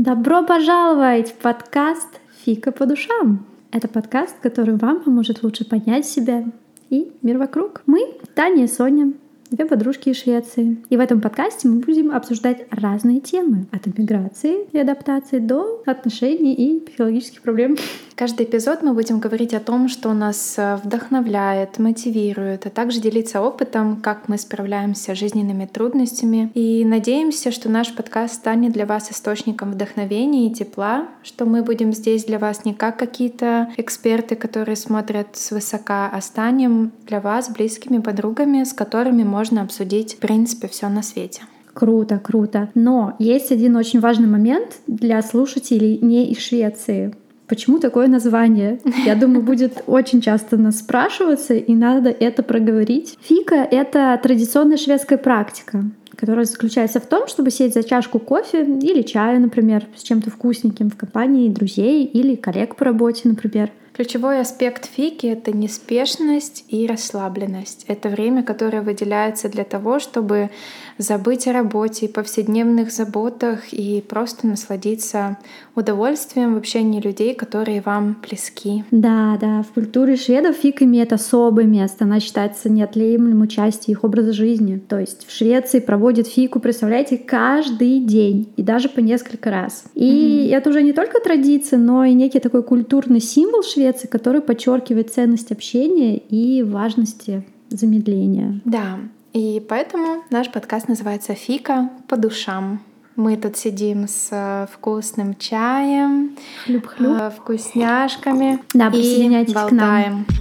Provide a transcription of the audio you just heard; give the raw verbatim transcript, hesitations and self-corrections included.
Добро пожаловать в подкаст «Фика по душам». Это подкаст, который вам поможет лучше понять себя и мир вокруг. Мы, Таня и Соня, две подружки из Швеции. И в этом подкасте мы будем обсуждать разные темы. От иммиграции и адаптации до отношений и психологических проблем. Каждый эпизод мы будем говорить о том, что нас вдохновляет, мотивирует, а также делиться опытом, как мы справляемся с жизненными трудностями. И надеемся, что наш подкаст станет для вас источником вдохновения и тепла, что мы будем здесь для вас не как какие-то эксперты, которые смотрят свысока, а станем для вас близкими подругами, с которыми можно обсудить, в принципе, все на свете. Круто, круто. Но есть один очень важный момент для слушателей не из Швеции. Почему такое название? Я думаю, будет очень часто нас спрашиваться, и надо это проговорить. Фика — это традиционная шведская практика, которая заключается в том, чтобы сесть за чашку кофе или чая, например, с чем-то вкусненьким в компании друзей или коллег по работе, например. Ключевой аспект фики — это неспешность и расслабленность. Это время, которое выделяется для того, чтобы забыть о работе и повседневных заботах и просто насладиться удовольствием в общении людей, которые вам близки. Да, да, в культуре шведов фика имеет особое место. Она считается неотъемлемой частью их образа жизни. То есть в Швеции проводят фику, представляете, каждый день и даже по несколько раз. И mm-hmm. это уже не только традиция, но и некий такой культурный символ Швеции, который подчеркивает ценность общения и важности замедления. Да, и поэтому наш подкаст называется «Фика по душам». Мы тут сидим с вкусным чаем, Хлюп-хлюп. вкусняшками Да, и болтаем. К нам.